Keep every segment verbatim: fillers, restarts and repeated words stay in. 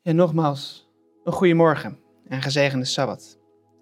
Ja, nogmaals, een goedemorgen en gezegende Sabbat.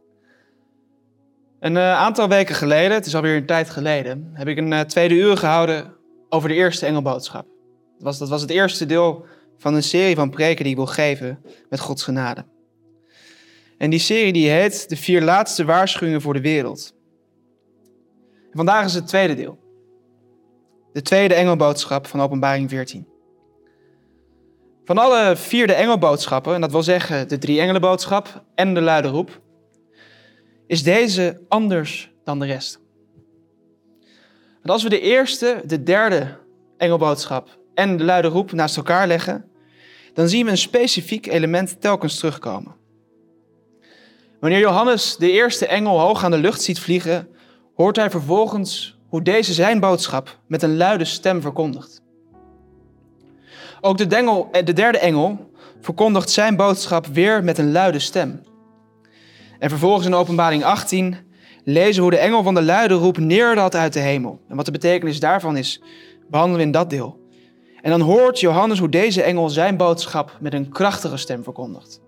Een uh, aantal weken geleden, het is alweer een tijd geleden, heb ik een uh, tweede uur gehouden over de eerste engelboodschap. Dat was, dat was het eerste deel van een serie van preken die ik wil geven met Gods genade. En die serie die heet De vier laatste waarschuwingen voor de wereld. En vandaag is het tweede deel. De tweede engelboodschap van Openbaring veertien. Van alle vier de engelboodschappen, en dat wil zeggen de drie engelenboodschap en de luide roep, is deze anders dan de rest. Want als we de eerste, de derde engelboodschap en de luide roep naast elkaar leggen, dan zien we een specifiek element telkens terugkomen. Wanneer Johannes de eerste engel hoog aan de lucht ziet vliegen, hoort hij vervolgens hoe deze zijn boodschap met een luide stem verkondigt. Ook de, dengel, de derde engel verkondigt zijn boodschap weer met een luide stem. En vervolgens in Openbaring achttien lezen we hoe de engel van de luide roep neerdaalt uit de hemel. En wat de betekenis daarvan is, behandelen we in dat deel. En dan hoort Johannes hoe deze engel zijn boodschap met een krachtige stem verkondigt.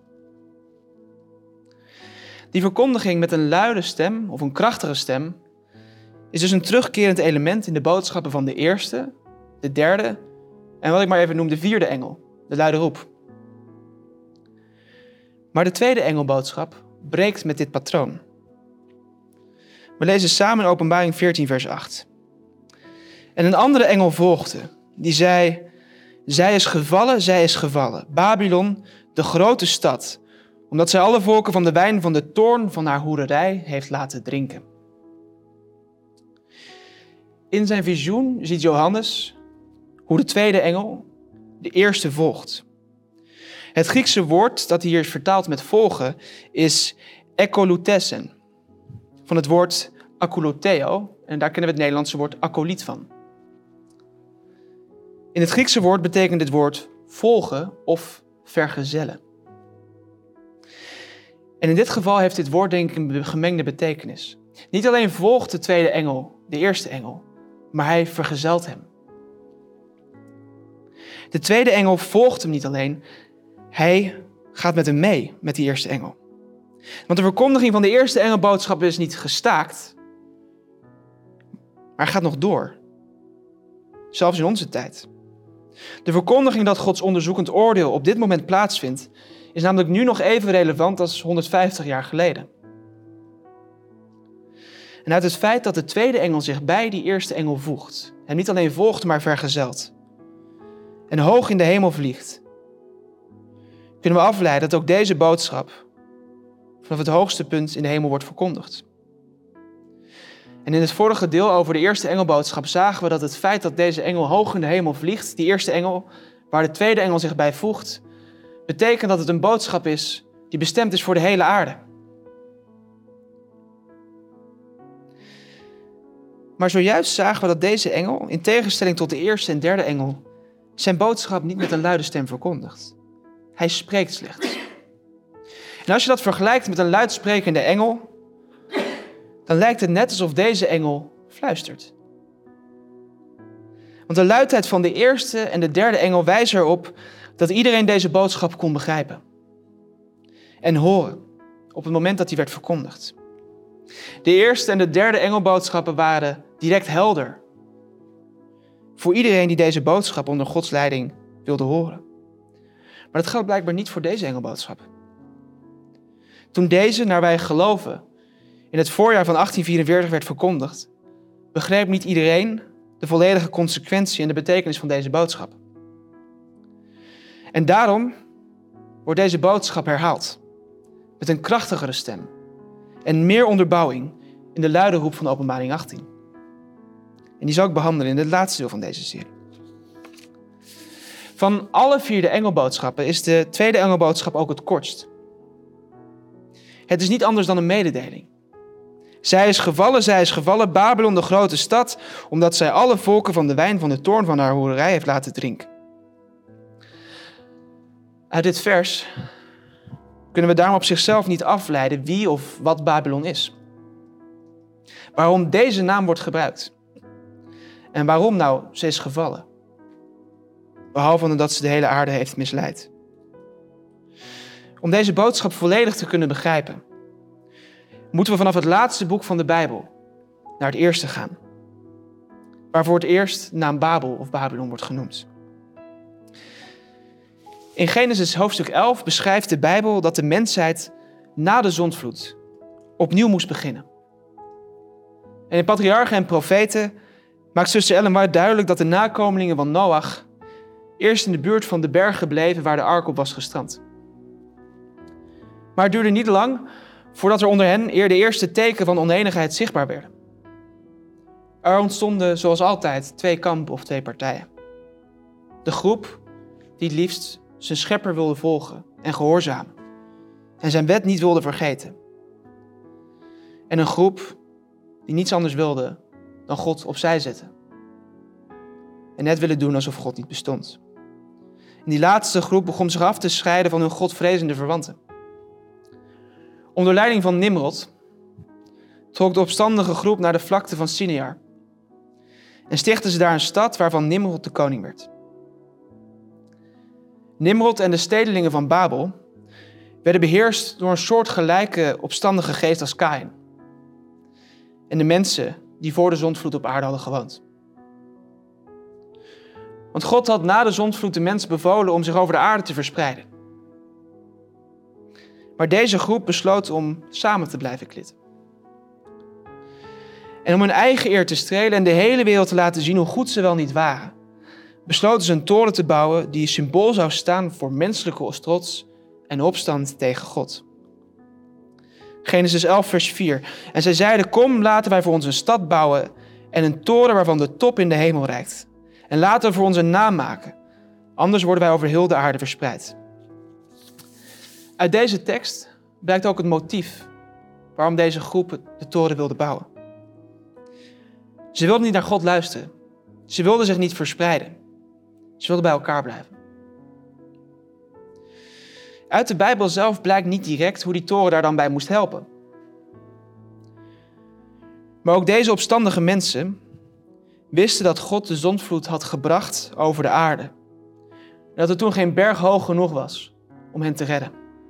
Die verkondiging met een luide stem of een krachtige stem is dus een terugkerend element in de boodschappen van de eerste, de derde en wat ik maar even noem de vierde engel, de luide roep. Maar de tweede engelboodschap breekt met dit patroon. We lezen samen in Openbaring veertien vers acht. En een andere engel volgde, die zei: Zij is gevallen, zij is gevallen, Babylon, de grote stad, omdat zij alle volken van de wijn van de toorn van haar hoererij heeft laten drinken. In zijn visioen ziet Johannes hoe de tweede engel de eerste volgt. Het Griekse woord dat hier is vertaald met volgen is ekkolutesen. Van het woord akouloteo, en daar kennen we het Nederlandse woord akoliet van. In het Griekse woord betekent dit woord volgen of vergezellen. En in dit geval heeft dit woord denk ik een gemengde betekenis. Niet alleen volgt de tweede engel de eerste engel, maar hij vergezelt hem. De tweede engel volgt hem niet alleen, hij gaat met hem mee, met die eerste engel. Want de verkondiging van de eerste engelboodschap is niet gestaakt, maar gaat nog door. Zelfs in onze tijd. De verkondiging dat Gods onderzoekend oordeel op dit moment plaatsvindt, is namelijk nu nog even relevant als honderdvijftig jaar geleden. En uit het feit dat de tweede engel zich bij die eerste engel voegt, en niet alleen volgt, maar vergezelt, en hoog in de hemel vliegt, kunnen we afleiden dat ook deze boodschap vanaf het hoogste punt in de hemel wordt verkondigd. En in het vorige deel over de eerste engelboodschap zagen we dat het feit dat deze engel hoog in de hemel vliegt, die eerste engel, waar de tweede engel zich bij voegt, betekent dat het een boodschap is die bestemd is voor de hele aarde. Maar zojuist zagen we dat deze engel, in tegenstelling tot de eerste en derde engel, zijn boodschap niet met een luide stem verkondigt. Hij spreekt slechts. En als je dat vergelijkt met een luidsprekende engel, dan lijkt het net alsof deze engel fluistert. Want de luidheid van de eerste en de derde engel wijzen erop dat iedereen deze boodschap kon begrijpen en horen op het moment dat die werd verkondigd. De eerste en de derde engelboodschappen waren direct helder voor iedereen die deze boodschap onder Gods leiding wilde horen. Maar dat geldt blijkbaar niet voor deze engelboodschap. Toen deze, naar wij geloven, in het voorjaar van achttien vierenveertig werd verkondigd, begreep niet iedereen de volledige consequentie en de betekenis van deze boodschap. En daarom wordt deze boodschap herhaald met een krachtigere stem en meer onderbouwing in de luide roep van Openbaring achttien. En die zal ik behandelen in het laatste deel van deze serie. Van alle vier de engelboodschappen is de tweede engelboodschap ook het kortst. Het is niet anders dan een mededeling. Zij is gevallen, zij is gevallen, Babylon de grote stad, omdat zij alle volken van de wijn van de toorn van haar hoererij heeft laten drinken. Uit dit vers kunnen we daarom op zichzelf niet afleiden wie of wat Babylon is. Waarom deze naam wordt gebruikt. En waarom nou ze is gevallen. Behalve dat ze de hele aarde heeft misleid. Om deze boodschap volledig te kunnen begrijpen, moeten we vanaf het laatste boek van de Bijbel naar het eerste gaan, waarvoor het eerst de naam Babel of Babylon wordt genoemd. In Genesis hoofdstuk elf beschrijft de Bijbel dat de mensheid na de zondvloed opnieuw moest beginnen. En in Patriarchen en Profeten maakt zuster Ellen White duidelijk dat de nakomelingen van Noach eerst in de buurt van de bergen bleven waar de ark op was gestrand. Maar het duurde niet lang voordat er onder hen eer de eerste teken van onenigheid zichtbaar werden. Er ontstonden zoals altijd twee kampen of twee partijen. De groep die het liefst zijn schepper wilde volgen en gehoorzamen en zijn wet niet wilde vergeten. En een groep die niets anders wilde dan God opzij zetten. En net willen doen alsof God niet bestond. En die laatste groep begon zich af te scheiden van hun godvrezende verwanten. Onder leiding van Nimrod trok de opstandige groep naar de vlakte van Sinear en stichtten ze daar een stad waarvan Nimrod de koning werd. Nimrod en de stedelingen van Babel werden beheerst door een soortgelijke opstandige geest als Kaïn en de mensen die voor de zondvloed op aarde hadden gewoond. Want God had na de zondvloed de mensen bevolen om zich over de aarde te verspreiden. Maar deze groep besloot om samen te blijven klitten. En om hun eigen eer te strelen en de hele wereld te laten zien hoe goed ze wel niet waren, besloten ze een toren te bouwen die symbool zou staan voor menselijke trots en opstand tegen God. Genesis elf vers vier. En zij zeiden, kom, laten wij voor ons een stad bouwen en een toren waarvan de top in de hemel reikt. En laten we voor ons een naam maken, anders worden wij over heel de aarde verspreid. Uit deze tekst blijkt ook het motief waarom deze groep de toren wilde bouwen. Ze wilden niet naar God luisteren. Ze wilden zich niet verspreiden. Ze wilden bij elkaar blijven. Uit de Bijbel zelf blijkt niet direct hoe die toren daar dan bij moest helpen. Maar ook deze opstandige mensen wisten dat God de zondvloed had gebracht over de aarde. En dat er toen geen berg hoog genoeg was om hen te redden.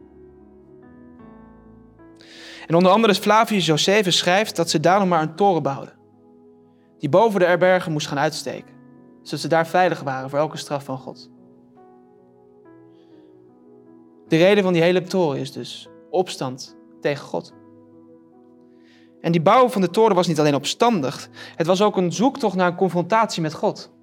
En onder andere Flavius Josephus schrijft dat ze daarom maar een toren bouwden, die boven de bergen moest gaan uitsteken, zodat ze daar veilig waren voor elke straf van God. De reden van die hele toren is dus opstand tegen God. En die bouw van de toren was niet alleen opstandig, het was ook een zoektocht naar een confrontatie met God.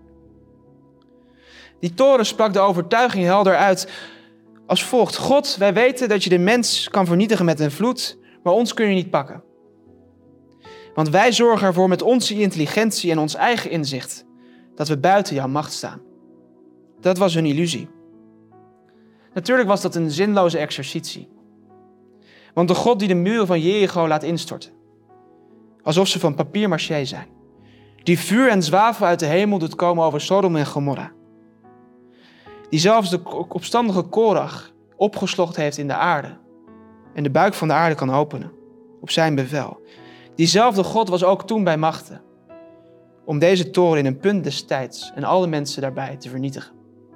Die toren sprak de overtuiging helder uit als volgt: God, wij weten dat je de mens kan vernietigen met een vloed, maar ons kun je niet pakken. Want wij zorgen ervoor met onze intelligentie en ons eigen inzicht dat we buiten jouw macht staan. Dat was hun illusie. Natuurlijk was dat een zinloze exercitie. Want de God die de muren van Jericho laat instorten, alsof ze van papier-maché zijn, die vuur en zwavel uit de hemel doet komen over Sodom en Gomorra, die zelfs de opstandige Korach opgeslokt heeft in de aarde en de buik van de aarde kan openen op zijn bevel. Diezelfde God was ook toen bij machten om deze toren in een punt des tijds en alle mensen daarbij te vernietigen.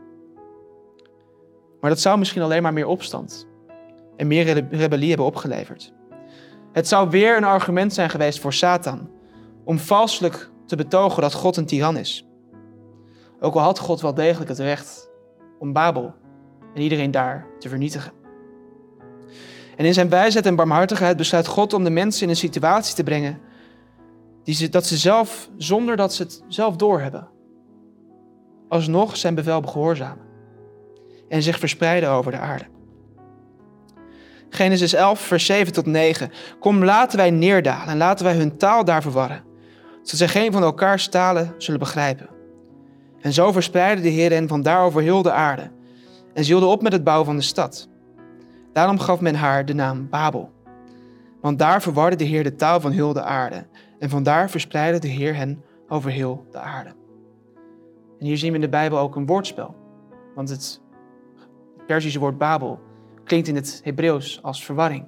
Maar dat zou misschien alleen maar meer opstand en meer rebellie hebben opgeleverd. Het zou weer een argument zijn geweest voor Satan om valselijk te betogen dat God een tiran is. Ook al had God wel degelijk het recht om Babel en iedereen daar te vernietigen. En in zijn wijsheid en barmhartigheid besluit God om de mensen in een situatie te brengen die ze, dat ze zelf, zonder dat ze het zelf doorhebben, alsnog zijn bevel gehoorzamen en zich verspreiden over de aarde. Genesis elf, vers zeven tot negen. Kom, laten wij neerdalen en laten wij hun taal daar verwarren, zodat zij geen van elkaars talen zullen begrijpen. En zo verspreidde de Heer hen vandaar over heel de aarde en ze hielden op met het bouwen van de stad. Daarom gaf men haar de naam Babel. Want daar verwarde de Heer de taal van heel de aarde. En vandaar verspreidde de Heer hen over heel de aarde. En hier zien we in de Bijbel ook een woordspel. Want het Perzische woord Babel klinkt in het Hebreeuws als verwarring.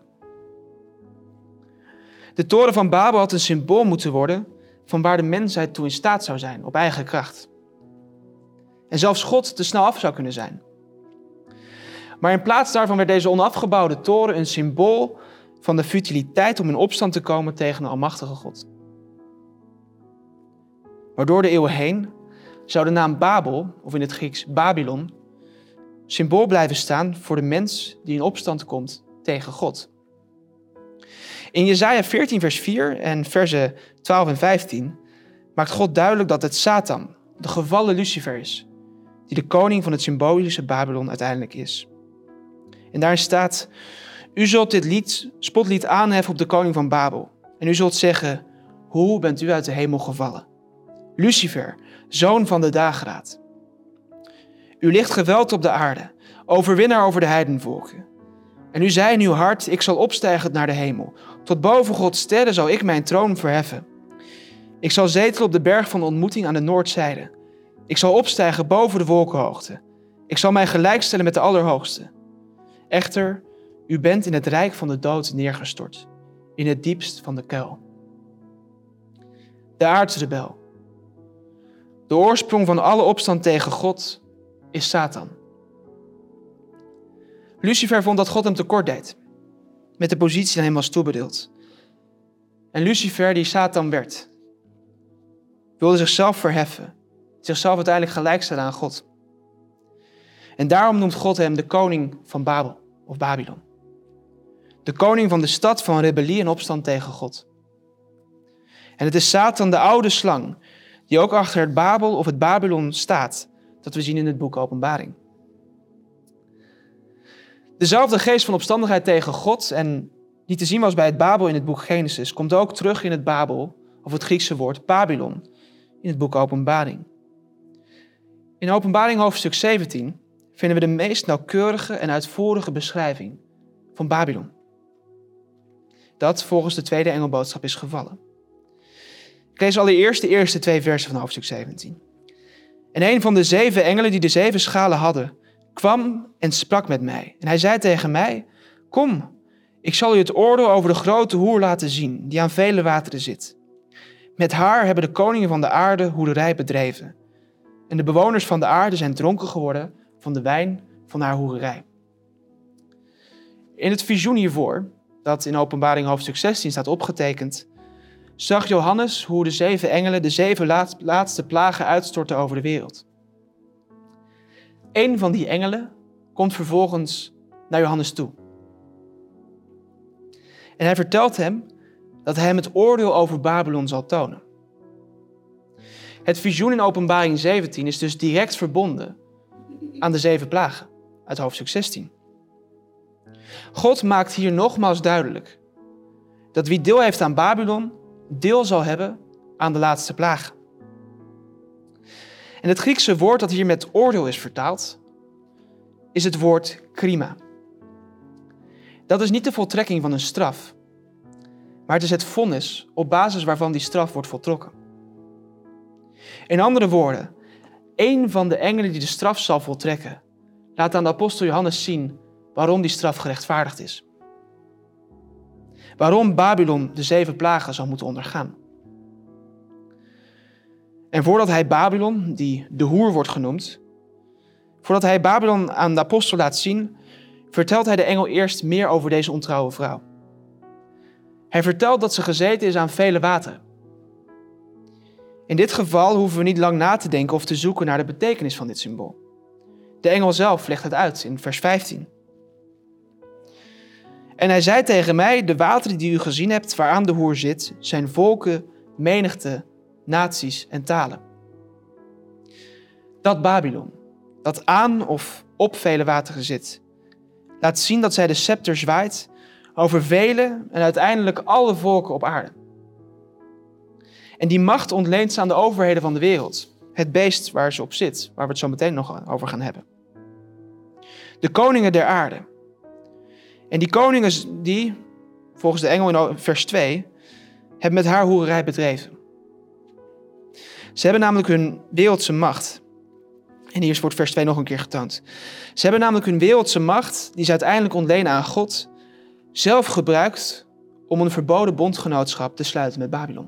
De toren van Babel had een symbool moeten worden van waar de mensheid toe in staat zou zijn, op eigen kracht. En zelfs God te snel af zou kunnen zijn. Maar in plaats daarvan werd deze onafgebouwde toren een symbool van de futiliteit om in opstand te komen tegen een almachtige God. Maar door de eeuwen heen zou de naam Babel, of in het Grieks Babylon, symbool blijven staan voor de mens die in opstand komt tegen God. In Jesaja veertien vers vier en versen twaalf en vijftien maakt God duidelijk dat het Satan, de gevallen Lucifer is, die de koning van het symbolische Babylon uiteindelijk is. En daarin staat: u zult dit lied, spotlied aanheffen op de koning van Babel. En u zult zeggen: hoe bent u uit de hemel gevallen? Lucifer, zoon van de dageraad. U ligt geweld op de aarde, overwinnaar over de heidenvolken. En u zei in uw hart: ik zal opstijgen naar de hemel. Tot boven Gods sterren zal ik mijn troon verheffen. Ik zal zetelen op de berg van de ontmoeting aan de noordzijde. Ik zal opstijgen boven de wolkenhoogte. Ik zal mij gelijkstellen met de Allerhoogste. Echter, u bent in het rijk van de dood neergestort, in het diepst van de kuil. De aartsrebel. De oorsprong van alle opstand tegen God is Satan. Lucifer vond dat God hem tekort deed, met de positie aan hem was toebedeeld. En Lucifer, die Satan werd, wilde zichzelf verheffen, zichzelf uiteindelijk gelijkstellen aan God. En daarom noemt God hem de koning van Babel of Babylon. De koning van de stad van rebellie en opstand tegen God. En het is Satan, de oude slang, die ook achter het Babel of het Babylon staat, dat we zien in het boek Openbaring. Dezelfde geest van opstandigheid tegen God en die te zien was bij het Babel in het boek Genesis, komt ook terug in het Babel, of het Griekse woord Babylon, in het boek Openbaring. In Openbaring hoofdstuk zeventien vinden we de meest nauwkeurige en uitvoerige beschrijving van Babylon, dat volgens de tweede engelboodschap is gevallen. Ik lees allereerst de eerste twee versen van hoofdstuk zeventien. En een van de zeven engelen die de zeven schalen hadden, kwam en sprak met mij. En hij zei tegen mij: kom, ik zal u het oordeel over de grote hoer laten zien, die aan vele wateren zit. Met haar hebben de koningen van de aarde hoererij bedreven. En de bewoners van de aarde zijn dronken geworden van de wijn van haar hoererij. In het visioen hiervoor, dat in Openbaring hoofdstuk zestien staat opgetekend, zag Johannes hoe de zeven engelen de zeven laatste plagen uitstortten over de wereld. Eén van die engelen komt vervolgens naar Johannes toe. En hij vertelt hem dat hij hem het oordeel over Babylon zal tonen. Het visioen in Openbaring zeventien is dus direct verbonden aan de zeven plagen uit hoofdstuk zestien. God maakt hier nogmaals duidelijk dat wie deel heeft aan Babylon, deel zal hebben aan de laatste plagen. En het Griekse woord dat hier met oordeel is vertaald, is het woord krima. Dat is niet de voltrekking van een straf, maar het is het vonnis op basis waarvan die straf wordt voltrokken. In andere woorden, één van de engelen die de straf zal voltrekken, laat aan de apostel Johannes zien waarom die straf gerechtvaardigd is. Waarom Babylon de zeven plagen zal moeten ondergaan. En voordat hij Babylon, die de hoer wordt genoemd, voordat hij Babylon aan de apostel laat zien, vertelt hij de engel eerst meer over deze ontrouwe vrouw. Hij vertelt dat ze gezeten is aan vele wateren. In dit geval hoeven we niet lang na te denken of te zoeken naar de betekenis van dit symbool. De engel zelf legt het uit in vers vijftien. En hij zei tegen mij: de wateren die u gezien hebt waaraan de hoer zit, zijn volken, menigte, naties en talen. Dat Babylon, dat aan of op vele wateren zit, laat zien dat zij de scepter zwaait over vele en uiteindelijk alle volken op aarde. En die macht ontleent ze aan de overheden van de wereld, het beest waar ze op zit, waar we het zo meteen nog over gaan hebben. De koningen der aarde. En die koningen die, volgens de engel in vers twee, hebben met haar hoererij bedreven. Ze hebben namelijk hun wereldse macht. En hier wordt vers twee nog een keer getoond. Ze hebben namelijk hun wereldse macht, die ze uiteindelijk ontlenen aan God, zelf gebruikt om een verboden bondgenootschap te sluiten met Babylon.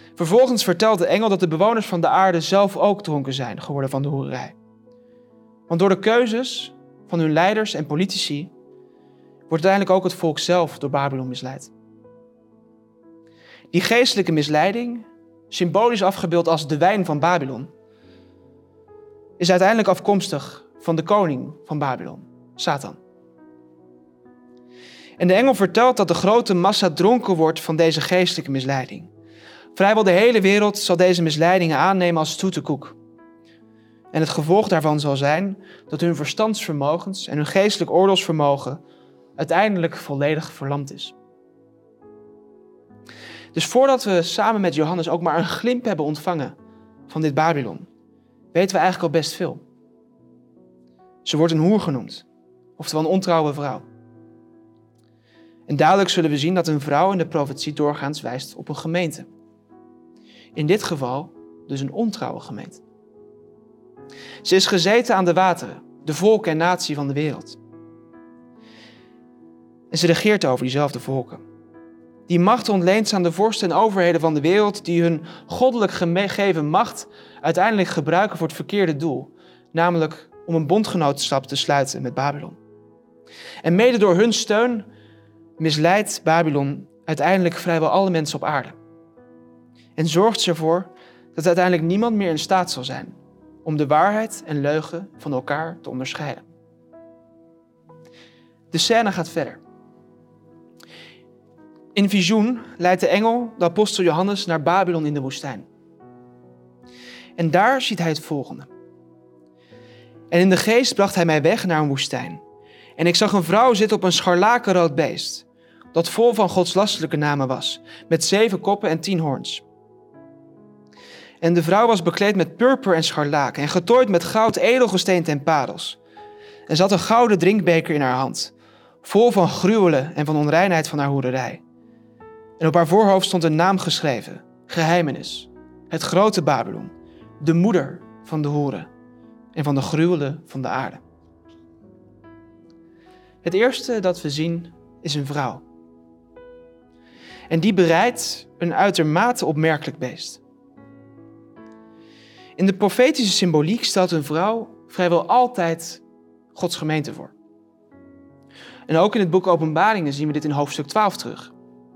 Vervolgens vertelt de engel dat de bewoners van de aarde zelf ook dronken zijn geworden van de hoererij. Want door de keuzes van hun leiders en politici wordt uiteindelijk ook het volk zelf door Babylon misleid. Die geestelijke misleiding, symbolisch afgebeeld als de wijn van Babylon, is uiteindelijk afkomstig van de koning van Babylon, Satan. En de engel vertelt dat de grote massa dronken wordt van deze geestelijke misleiding. Vrijwel de hele wereld zal deze misleidingen aannemen als zoete koek. En het gevolg daarvan zal zijn dat hun verstandsvermogens en hun geestelijk oordeelsvermogen uiteindelijk volledig verlamd is. Dus voordat we samen met Johannes ook maar een glimp hebben ontvangen van dit Babylon, weten we eigenlijk al best veel. Ze wordt een hoer genoemd, oftewel een ontrouwe vrouw. En duidelijk zullen we zien dat een vrouw in de profetie doorgaans wijst op een gemeente. In dit geval dus een ontrouwe gemeente. Ze is gezeten aan de wateren, de volken en natie van de wereld. En ze regeert over diezelfde volken. Die macht ontleent ze aan de vorsten en overheden van de wereld die hun goddelijk gegeven macht uiteindelijk gebruiken voor het verkeerde doel. Namelijk om een bondgenootschap te sluiten met Babylon. En mede door hun steun misleidt Babylon uiteindelijk vrijwel alle mensen op aarde. En zorgt ze ervoor dat uiteindelijk niemand meer in staat zal zijn om de waarheid en leugen van elkaar te onderscheiden. De scène gaat verder. In visioen leidt de engel, de apostel Johannes, naar Babylon in de woestijn. En daar ziet hij het volgende. En in de geest bracht hij mij weg naar een woestijn. En ik zag een vrouw zitten op een scharlakenrood beest, dat vol van godslastelijke namen was, met zeven koppen en tien hoorns. En de vrouw was bekleed met purper en scharlaken en getooid met goud, edelgesteente en parels. En ze had een gouden drinkbeker in haar hand, vol van gruwelen en van onreinheid van haar hoererij. En op haar voorhoofd stond een naam geschreven, geheimenis, het grote Babylon, de moeder van de hoeren en van de gruwelen van de aarde. Het eerste dat we zien is een vrouw. En die bereidt een uitermate opmerkelijk beest. In de profetische symboliek stelt een vrouw vrijwel altijd Gods gemeente voor. En ook in het boek Openbaringen zien we dit in hoofdstuk twaalf terug.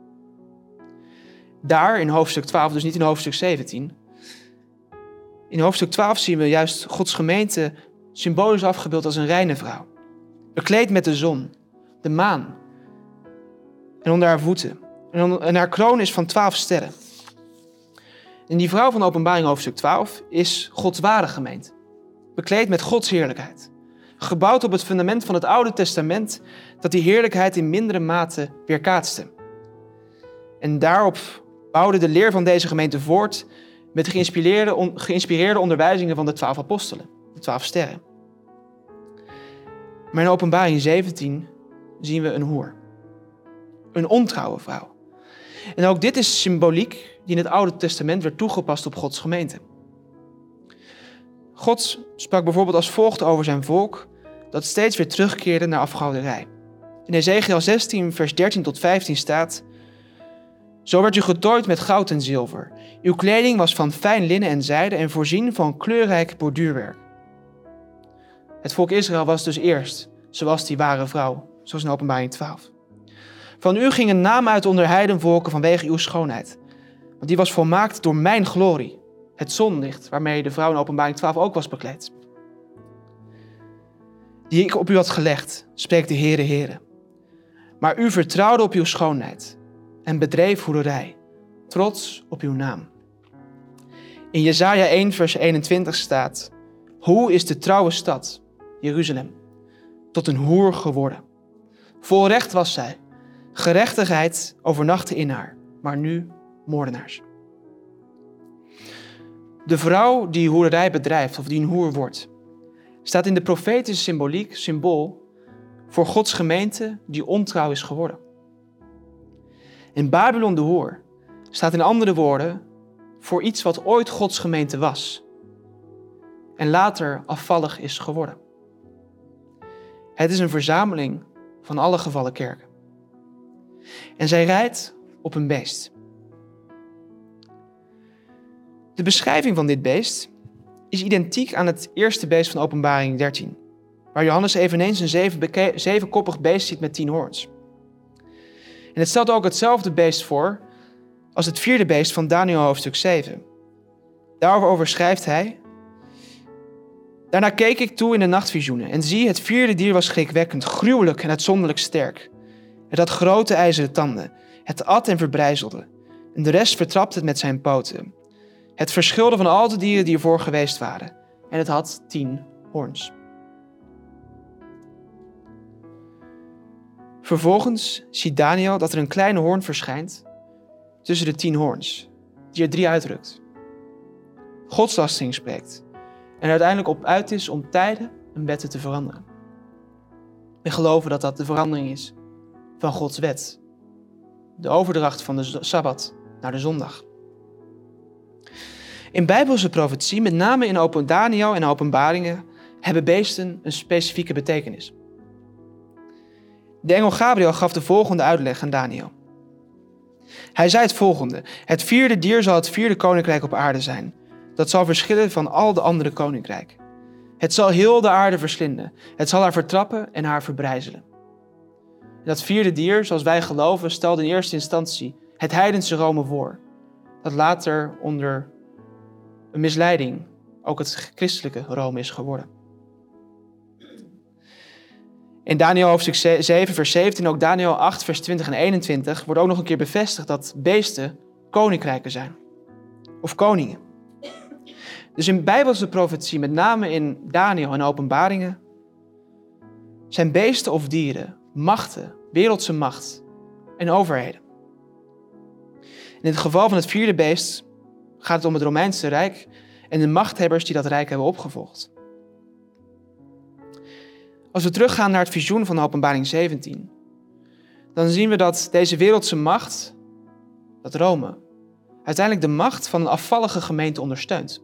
Daar in hoofdstuk twaalf, dus niet in hoofdstuk zeventien. In hoofdstuk twaalf zien we juist Gods gemeente symbolisch afgebeeld als een reine vrouw. Bekleed met de zon, de maan en onder haar voeten. En haar kroon is van twaalf sterren. En die vrouw van Openbaring hoofdstuk twaalf is Gods ware gemeente. Bekleed met Gods heerlijkheid. Gebouwd op het fundament van het Oude Testament dat die heerlijkheid in mindere mate weerkaatste. En daarop bouwde de leer van deze gemeente voort met de geïnspireerde, on, geïnspireerde onderwijzingen van de twaalf apostelen, de twaalf sterren. Maar in Openbaring zeventien zien we een hoer. Een ontrouwe vrouw. En ook dit is symboliek die in het Oude Testament werd toegepast op Gods gemeente. God sprak bijvoorbeeld als volgt over zijn volk dat steeds weer terugkeerde naar afgoderij. In Ezekiel zestien vers dertien tot vijftien staat: Zo werd u getooid met goud en zilver. Uw kleding was van fijn linnen en zijde en voorzien van kleurrijk borduurwerk. Het volk Israël was dus eerst, zoals die ware vrouw, zoals in Openbaring twaalf. Van u ging een naam uit onder heidenvolken vanwege uw schoonheid. Want die was volmaakt door mijn glorie, het zonlicht, waarmee de vrouw in Openbaring twaalf ook was bekleed. Die ik op u had gelegd, spreekt de Heere, Heere. Maar u vertrouwde op uw schoonheid en bedreef hoererij, trots op uw naam. In Jesaja één vers eenentwintig staat: Hoe is de trouwe stad, Jeruzalem, tot een hoer geworden? Vol recht was zij, gerechtigheid overnachtte in haar, maar nu moordenaars. De vrouw die hoererij bedrijft of die een hoer wordt, staat in de profetische symboliek symbool voor Gods gemeente die ontrouw is geworden. En Babylon de hoer staat in andere woorden voor iets wat ooit Gods gemeente was en later afvallig is geworden. Het is een verzameling van alle gevallen kerken. En zij rijdt op een beest. De beschrijving van dit beest is identiek aan het eerste beest van Openbaring dertien. waar Johannes eveneens een zeven beke- zevenkoppig beest ziet met tien hoorns. En het stelt ook hetzelfde beest voor als het vierde beest van Daniël hoofdstuk zeven. Daarover schrijft hij: Daarna keek ik toe in de nachtvisioenen en zie, het vierde dier was schrikwekkend, gruwelijk en uitzonderlijk sterk. Het had grote ijzeren tanden, het at en verbrijzelde, en de rest vertrapte het met zijn poten. Het verschilde van al de dieren die ervoor geweest waren, en het had tien hoorns. Vervolgens ziet Daniël dat er een kleine hoorn verschijnt tussen de tien hoorns, die er drie uitrukt. Godslastering spreekt en uiteindelijk op uit is om tijden en wetten te veranderen. We geloven dat dat de verandering is van Gods wet. De overdracht van de Sabbat naar de zondag. In Bijbelse profetie, met name in Open Daniël en Openbaringen, hebben beesten een specifieke betekenis. De engel Gabriel gaf de volgende uitleg aan Daniël. Hij zei het volgende: Het vierde dier zal het vierde koninkrijk op aarde zijn. Dat zal verschillen van al de andere koninkrijken. Het zal heel de aarde verslinden. Het zal haar vertrappen en haar verbrijzelen. En dat vierde dier, zoals wij geloven, stelde in eerste instantie het heidense Rome voor. Dat later onder een misleiding ook het christelijke Rome is geworden. In Daniël hoofdstuk zeven vers zeventien, ook Daniël acht vers twintig en eenentwintig, wordt ook nog een keer bevestigd dat beesten koninkrijken zijn. Of koningen. Dus in Bijbelse profetie, met name in Daniël en Openbaringen, zijn beesten of dieren machten, wereldse macht en overheden. In het geval van het vierde beest gaat het om het Romeinse Rijk en de machthebbers die dat rijk hebben opgevolgd. Als we teruggaan naar het visioen van Openbaring zeventien, dan zien we dat deze wereldse macht, dat Rome, uiteindelijk de macht van een afvallige gemeente ondersteunt.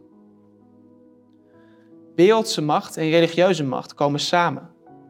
Wereldse macht en religieuze macht komen samen.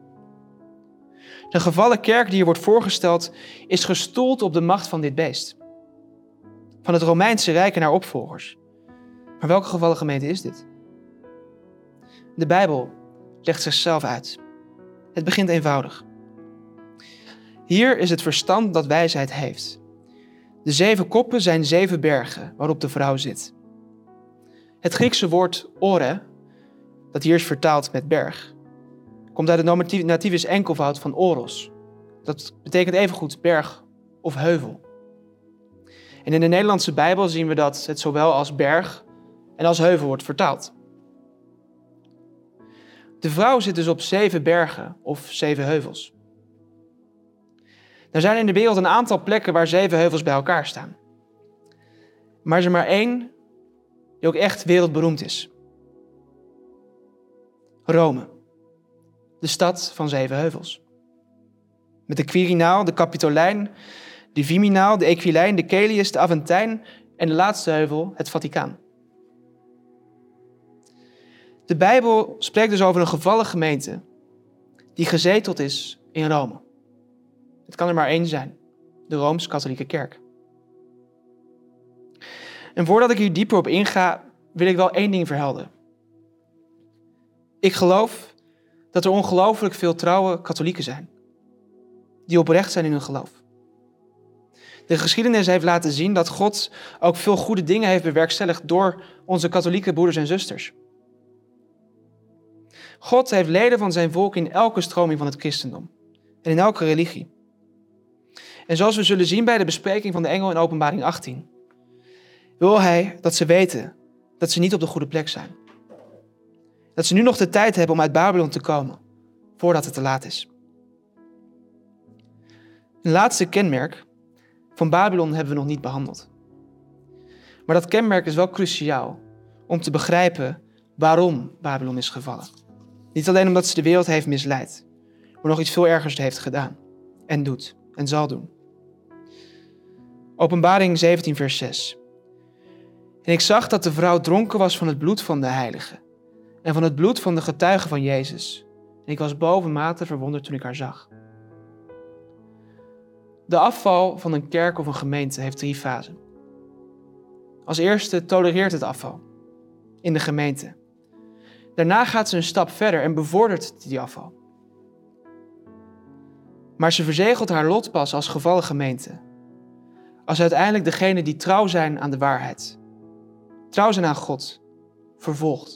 De gevallen kerk die hier wordt voorgesteld is gestoeld op de macht van dit beest. Van het Romeinse Rijk en haar opvolgers. Maar welke gevallen gemeente is dit? De Bijbel legt zichzelf uit. Het begint eenvoudig. Hier is het verstand dat wijsheid heeft. De zeven koppen zijn zeven bergen waarop de vrouw zit. Het Griekse woord ore, dat hier is vertaald met berg, komt uit het natieve enkelvoud van oros. Dat betekent evengoed berg of heuvel. En in de Nederlandse Bijbel zien we dat het zowel als berg en als heuvel wordt vertaald. De vrouw zit dus op zeven bergen of zeven heuvels. Er zijn in de wereld een aantal plekken waar zeven heuvels bij elkaar staan. Maar er is er maar één die ook echt wereldberoemd is. Rome. De stad van zeven heuvels. Met de Quirinaal, de Capitolijn, de Viminaal, de Equilijn, de Caelius, de Aventijn en de laatste heuvel, het Vaticaan. De Bijbel spreekt dus over een gevallen gemeente die gezeteld is in Rome. Het kan er maar één zijn, de Rooms-Katholieke Kerk. En voordat ik hier dieper op inga, wil ik wel één ding verhelderen. Ik geloof dat er ongelooflijk veel trouwe katholieken zijn, die oprecht zijn in hun geloof. De geschiedenis heeft laten zien dat God ook veel goede dingen heeft bewerkstelligd door onze katholieke broeders en zusters. God heeft leden van zijn volk in elke stroming van het christendom en in elke religie. En zoals we zullen zien bij de bespreking van de engel in Openbaring achttien, wil hij dat ze weten dat ze niet op de goede plek zijn. Dat ze nu nog de tijd hebben om uit Babylon te komen, voordat het te laat is. Een laatste kenmerk van Babylon hebben we nog niet behandeld. Maar dat kenmerk is wel cruciaal om te begrijpen waarom Babylon is gevallen. Niet alleen omdat ze de wereld heeft misleid, maar nog iets veel ergers heeft gedaan en doet en zal doen. Openbaring zeventien vers zes. En ik zag dat de vrouw dronken was van het bloed van de heiligen en van het bloed van de getuigen van Jezus. En ik was bovenmate verwonderd toen ik haar zag. De afval van een kerk of een gemeente heeft drie fasen. Als eerste tolereert het afval in de gemeente. Daarna gaat ze een stap verder en bevordert die afval. Maar ze verzegelt haar lot pas als gevallen gemeente. Als uiteindelijk degenen die trouw zijn aan de waarheid, trouw zijn aan God, vervolgt.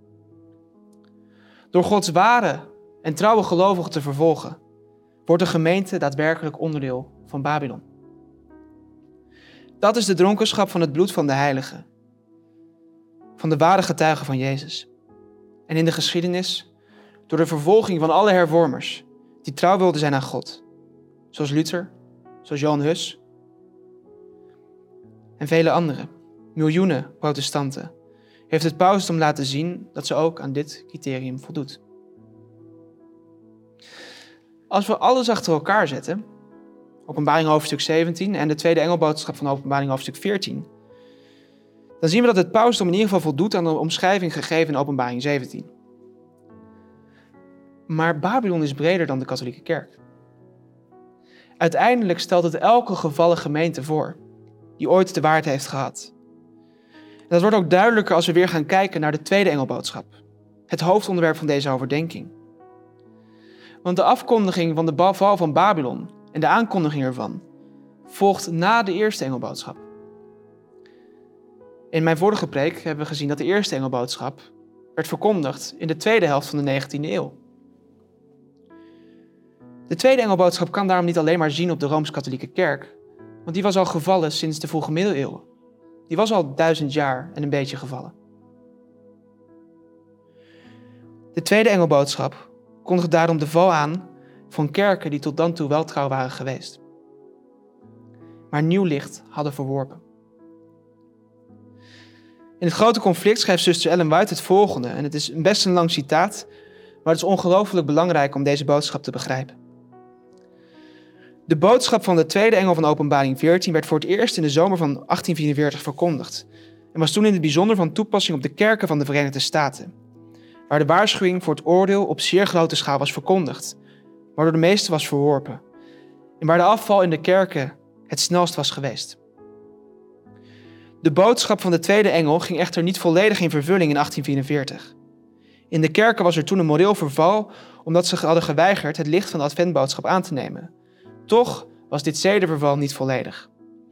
Door Gods ware en trouwe gelovigen te vervolgen, wordt de gemeente daadwerkelijk onderdeel van Babylon. Dat is de dronkenschap van het bloed van de heiligen, van de ware getuigen van Jezus. En in de geschiedenis, door de vervolging van alle hervormers die trouw wilden zijn aan God, zoals Luther, zoals Johan Hus en vele anderen, miljoenen protestanten, heeft het pausdom laten zien dat ze ook aan dit criterium voldoet. Als we alles achter elkaar zetten, Openbaring hoofdstuk zeventien en de tweede engelboodschap van Openbaring hoofdstuk veertien, dan zien we dat het pausdom in ieder geval voldoet aan de omschrijving gegeven in Openbaring zeventien. Maar Babylon is breder dan de katholieke kerk. Uiteindelijk stelt het elke gevallen gemeente voor, die ooit de waarheid heeft gehad. En dat wordt ook duidelijker als we weer gaan kijken naar de tweede engelboodschap, het hoofdonderwerp van deze overdenking. Want de afkondiging van de val van Babylon en de aankondiging ervan volgt na de eerste engelboodschap. In mijn vorige preek hebben we gezien dat de eerste engelboodschap werd verkondigd in de tweede helft van de negentiende eeuw. De tweede engelboodschap kan daarom niet alleen maar zien op de Rooms-Katholieke kerk, want die was al gevallen sinds de vroege middeleeuwen. Die was al duizend jaar en een beetje gevallen. De tweede engelboodschap kondigt daarom de val aan van kerken die tot dan toe wel trouw waren geweest, maar nieuw licht hadden verworpen. In het grote conflict schrijft zuster Ellen White het volgende, en het is best een lang citaat, maar het is ongelooflijk belangrijk om deze boodschap te begrijpen. De boodschap van de tweede engel van Openbaring veertien werd voor het eerst in de zomer van achttien vierenveertig verkondigd en was toen in het bijzonder van toepassing op de kerken van de Verenigde Staten, waar de waarschuwing voor het oordeel op zeer grote schaal was verkondigd, maar door de meesten was verworpen en waar de afval in de kerken het snelst was geweest. De boodschap van de tweede engel ging echter niet volledig in vervulling in achttien vierenveertig. In de kerken was er toen een moreel verval omdat ze hadden geweigerd het licht van de adventboodschap aan te nemen. Toch was dit zedenverval niet volledig.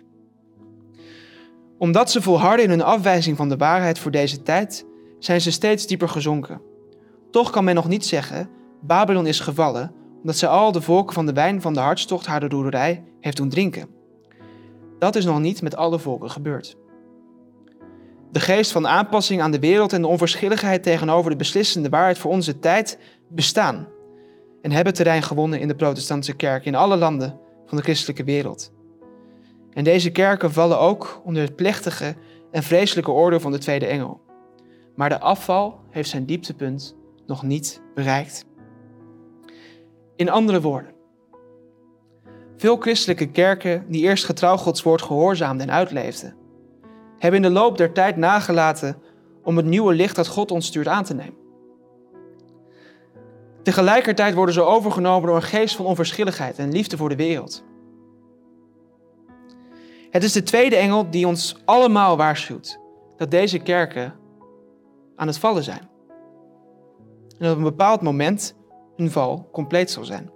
Omdat ze volharden in hun afwijzing van de waarheid voor deze tijd, zijn ze steeds dieper gezonken. Toch kan men nog niet zeggen, Babylon is gevallen, omdat zij al de volken van de wijn van de hartstocht haar de roerderij heeft doen drinken. Dat is nog niet met alle volken gebeurd. De geest van aanpassing aan de wereld en de onverschilligheid tegenover de beslissende waarheid voor onze tijd bestaan en hebben terrein gewonnen in de protestantse kerk in alle landen van de christelijke wereld. En deze kerken vallen ook onder het plechtige en vreselijke oordeel van de tweede engel. Maar de afval heeft zijn dieptepunt nog niet bereikt. In andere woorden, veel christelijke kerken die eerst getrouw Gods woord gehoorzaamden en uitleefden, hebben in de loop der tijd nagelaten om het nieuwe licht dat God ons stuurt aan te nemen. Tegelijkertijd worden ze overgenomen door een geest van onverschilligheid en liefde voor de wereld. Het is de tweede engel die ons allemaal waarschuwt dat deze kerken aan het vallen zijn. En dat op een bepaald moment hun val compleet zal zijn.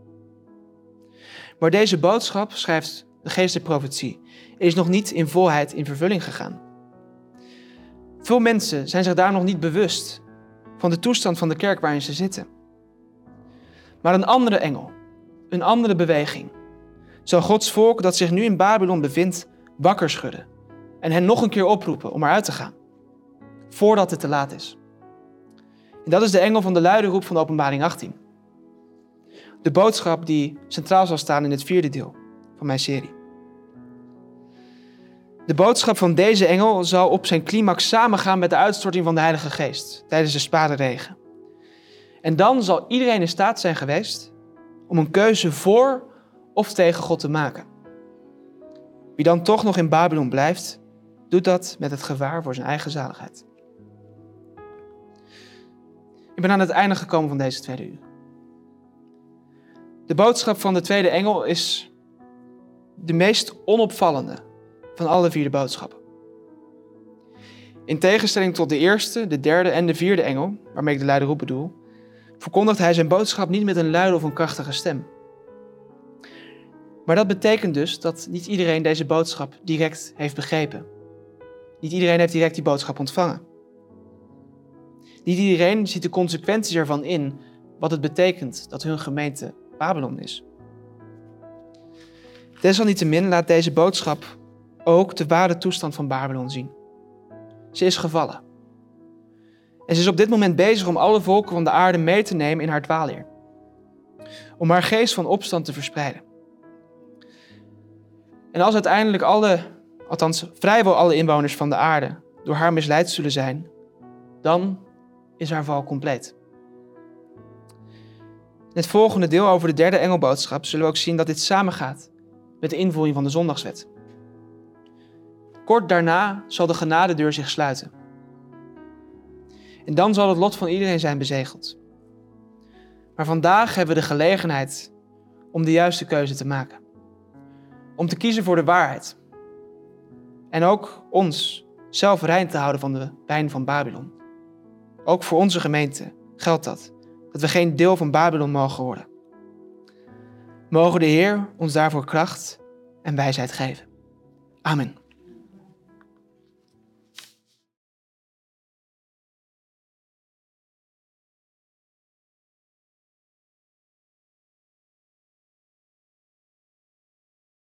Maar deze boodschap, schrijft de geest der profetie, is nog niet in volheid in vervulling gegaan. Veel mensen zijn zich daar nog niet bewust van de toestand van de kerk waarin ze zitten. Maar een andere engel, een andere beweging, zal Gods volk dat zich nu in Babylon bevindt wakker schudden en hen nog een keer oproepen om eruit te gaan, voordat het te laat is. En dat is de engel van de luide roep van Openbaring achttien. De boodschap die centraal zal staan in het vierde deel van mijn serie. De boodschap van deze engel zal op zijn climax samengaan met de uitstorting van de Heilige Geest tijdens de spadenregen. En dan zal iedereen in staat zijn geweest om een keuze voor of tegen God te maken. Wie dan toch nog in Babylon blijft, doet dat met het gevaar voor zijn eigen zaligheid. Ik ben aan het einde gekomen van deze tweede uur. De boodschap van de tweede engel is de meest onopvallende van alle vier de boodschappen. In tegenstelling tot de eerste, de derde en de vierde engel, waarmee ik de luide roep bedoel, verkondigt hij zijn boodschap niet met een luide of een krachtige stem. Maar dat betekent dus dat niet iedereen deze boodschap direct heeft begrepen. Niet iedereen heeft direct die boodschap ontvangen. Niet iedereen ziet de consequenties ervan in, wat het betekent dat hun gemeente Babylon is. Desalniettemin laat deze boodschap ook de ware toestand van Babylon zien. Ze is gevallen. En ze is op dit moment bezig om alle volken van de aarde mee te nemen in haar dwaalleer. Om haar geest van opstand te verspreiden. En als uiteindelijk alle, althans vrijwel alle inwoners van de aarde door haar misleid zullen zijn, dan is haar val compleet. In het volgende deel over de derde engelboodschap zullen we ook zien dat dit samengaat met de invoering van de zondagswet. Kort daarna zal de genadedeur zich sluiten. En dan zal het lot van iedereen zijn bezegeld. Maar vandaag hebben we de gelegenheid om de juiste keuze te maken. Om te kiezen voor de waarheid. En ook ons zelf rein te houden van de wijn van Babylon. Ook voor onze gemeente geldt dat. Dat we geen deel van Babylon mogen worden. Mogen de Heer ons daarvoor kracht en wijsheid geven. Amen.